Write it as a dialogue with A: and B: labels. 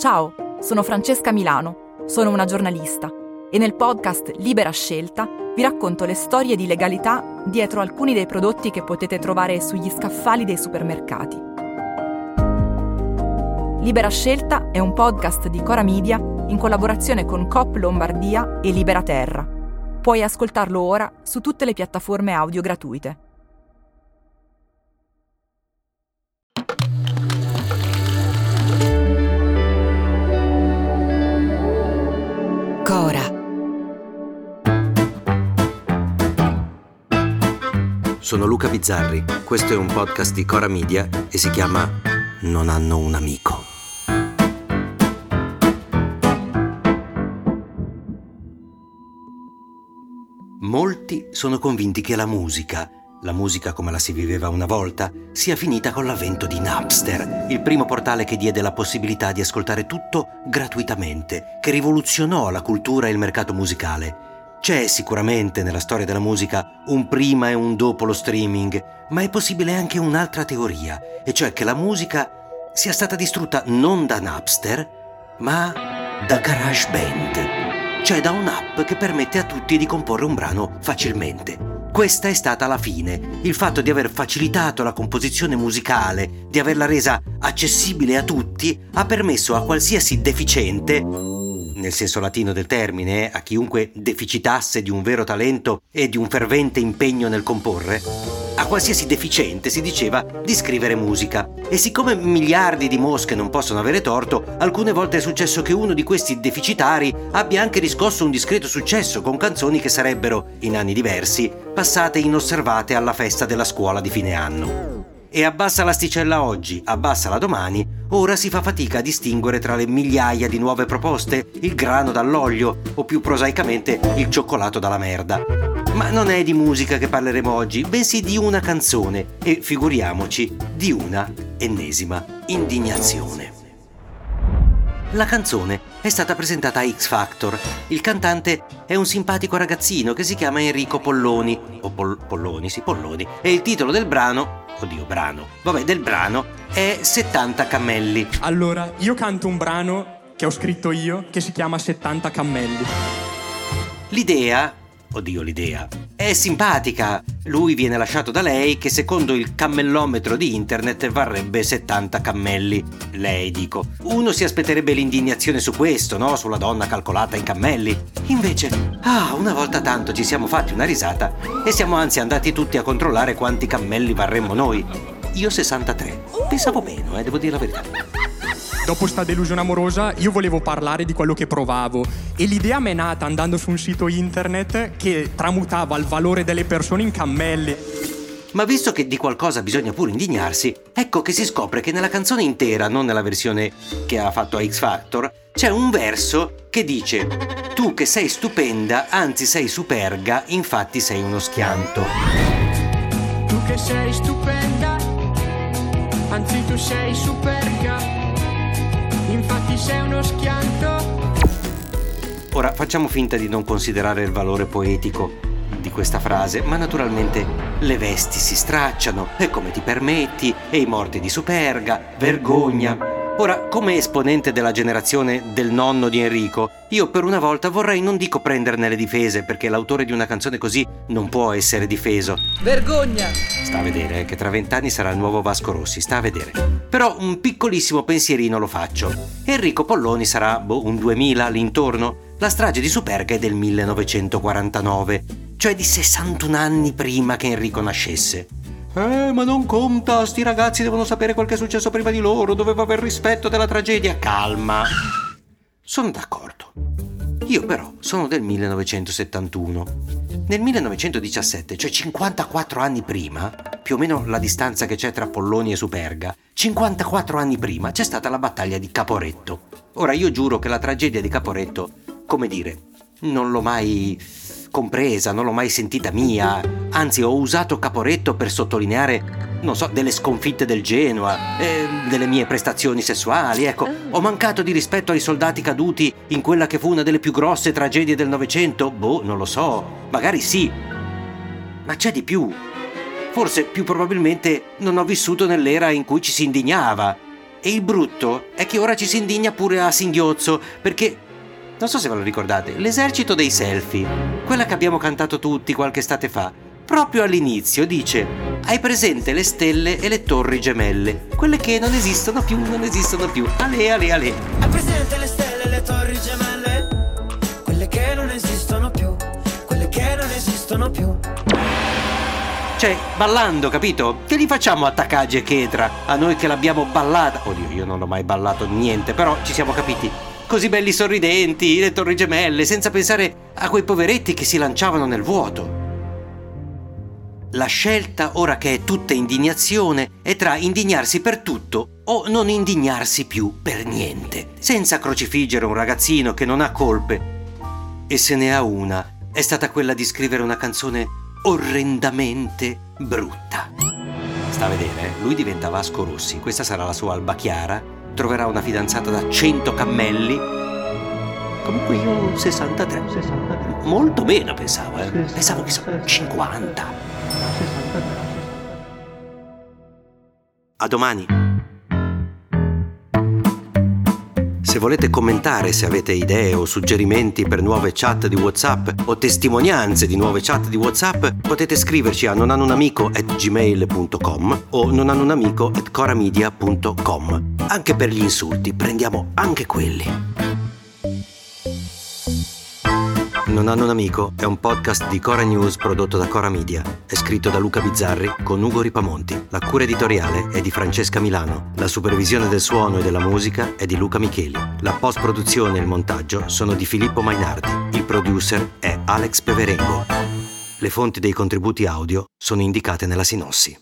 A: Ciao, sono Francesca Milano, sono una giornalista e nel podcast Libera Scelta vi racconto le storie di legalità dietro alcuni dei prodotti che potete trovare sugli scaffali dei supermercati. Libera Scelta è un podcast di Cora Media in collaborazione con Coop Lombardia e Libera Terra. Puoi ascoltarlo ora su tutte le piattaforme audio gratuite.
B: Cora.
C: Sono Luca Bizzarri, questo è un podcast di Cora Media e si chiama Non hanno un amico. Molti sono convinti che la musica come la si viveva una volta, sia finita con l'avvento di Napster, il primo portale che diede la possibilità di ascoltare tutto gratuitamente, che rivoluzionò la cultura e il mercato musicale. C'è sicuramente nella storia della musica un prima e un dopo lo streaming, ma è possibile anche un'altra teoria, e cioè che la musica sia stata distrutta non da Napster, ma da GarageBand, cioè da un'app che permette a tutti di comporre un brano facilmente. Questa è stata la fine, il fatto di aver facilitato la composizione musicale, di averla resa accessibile a tutti, ha permesso a qualsiasi deficiente, nel senso latino del termine, a chiunque deficitasse di un vero talento e di un fervente impegno nel comporre, a qualsiasi deficiente si diceva di scrivere musica. E siccome miliardi di mosche non possono avere torto, alcune volte è successo che uno di questi deficitari abbia anche riscosso un discreto successo con canzoni che sarebbero, in anni diversi, passate inosservate alla festa della scuola di fine anno. E abbassa l'asticella oggi, abbassala domani, ora si fa fatica a distinguere tra le migliaia di nuove proposte il grano dall'olio o più prosaicamente il cioccolato dalla merda. Ma non è di musica che parleremo oggi, bensì di una canzone e, figuriamoci, di una ennesima indignazione. La canzone è stata presentata a X Factor. Il cantante è un simpatico ragazzino che si chiama Enrico Polloni, o Polloni, e il titolo del brano, del brano è 70 cammelli.
D: Allora, io canto un brano che ho scritto io, che si chiama 70 cammelli.
C: L'idea è simpatica. Lui viene lasciato da lei che secondo il cammellometro di internet varrebbe 70 cammelli. Lei, dico. Uno si aspetterebbe l'indignazione su questo, no? Sulla donna calcolata in cammelli. Invece, una volta tanto ci siamo fatti una risata e siamo anzi andati tutti a controllare quanti cammelli varremmo noi. Io 63. Pensavo meno, devo dire la verità.
D: Dopo sta delusione amorosa io volevo parlare di quello che provavo e l'idea mi è nata andando su un sito internet che tramutava il valore delle persone in cammelli.
C: Ma visto che di qualcosa bisogna pure indignarsi, ecco che si scopre che nella canzone intera, non nella versione che ha fatto a X Factor, c'è un verso che dice: tu che sei stupenda, anzi sei superga, infatti sei uno schianto.
E: Tu che sei stupenda, anzi tu sei superga, infatti sei uno schianto.
C: Ora facciamo finta di non considerare il valore poetico di questa frase, ma naturalmente le vesti si stracciano, e come ti permetti, e i morti di Superga, vergogna. Ora, come esponente della generazione del nonno di Enrico, io per una volta vorrei non dico prenderne le difese, perché l'autore di una canzone così non può essere difeso.
F: Vergogna!
C: Sta a vedere, che tra 20 anni sarà il nuovo Vasco Rossi, sta a vedere. Però un piccolissimo pensierino lo faccio. Enrico Polloni sarà, un 2000 all'intorno. La strage di Superga è del 1949, cioè di 61 anni prima che Enrico nascesse. Ma non conta, sti ragazzi devono sapere quel che è successo prima di loro, dovevo aver rispetto della tragedia. Calma. Sono d'accordo. Io però sono del 1971. Nel 1917, cioè 54 anni prima, più o meno la distanza che c'è tra Polloni e Superga, 54 anni prima c'è stata la battaglia di Caporetto. Ora io giuro che la tragedia di Caporetto, come dire, non l'ho mai compresa, non l'ho mai sentita mia, anzi ho usato Caporetto per sottolineare, non so, delle sconfitte del Genoa, delle mie prestazioni sessuali, ecco. Ho mancato di rispetto ai soldati caduti in quella che fu una delle più grosse tragedie del Novecento? Non lo so, magari sì, ma c'è di più. Forse più probabilmente non ho vissuto nell'era in cui ci si indignava. E il brutto è che ora ci si indigna pure a singhiozzo, perché, non so se ve lo ricordate, l'esercito dei selfie, quella che abbiamo cantato tutti qualche estate fa, proprio all'inizio dice: hai presente le stelle e le torri gemelle, quelle che non esistono più, ale.
B: Hai presente le stelle e le torri gemelle, quelle che non esistono più,
C: Cioè, ballando, capito? Che li facciamo attaccaggi e chetra, a noi che l'abbiamo ballata? Oddio, io non ho mai ballato niente, però ci siamo capiti. Così belli sorridenti, le torri gemelle, senza pensare a quei poveretti che si lanciavano nel vuoto. La scelta, ora che è tutta indignazione, è tra indignarsi per tutto o non indignarsi più per niente, senza crocifiggere un ragazzino che non ha colpe. E se ne ha una, è stata quella di scrivere una canzone orrendamente brutta. Sta a vedere, lui diventa Vasco Rossi, questa sarà la sua Alba Chiara, troverà una fidanzata da 100 cammelli. Comunque io 63. Molto meno pensavo, Pensavo che sono 50. A domani. Se volete commentare, se avete idee o suggerimenti per nuove chat di WhatsApp o testimonianze di nuove chat di WhatsApp, potete scriverci a nonhanunamico@gmail.com o nonhanunamico@coramedia.com. Anche per gli insulti, prendiamo anche quelli. Non hanno un amico è un podcast di Cora News prodotto da Cora Media. È scritto da Luca Bizzarri con Ugo Ripamonti. La cura editoriale è di Francesca Milano. La supervisione del suono e della musica è di Luca Micheli. La post-produzione e il montaggio sono di Filippo Mainardi. Il producer è Alex Peverengo. Le fonti dei contributi audio sono indicate nella sinossi.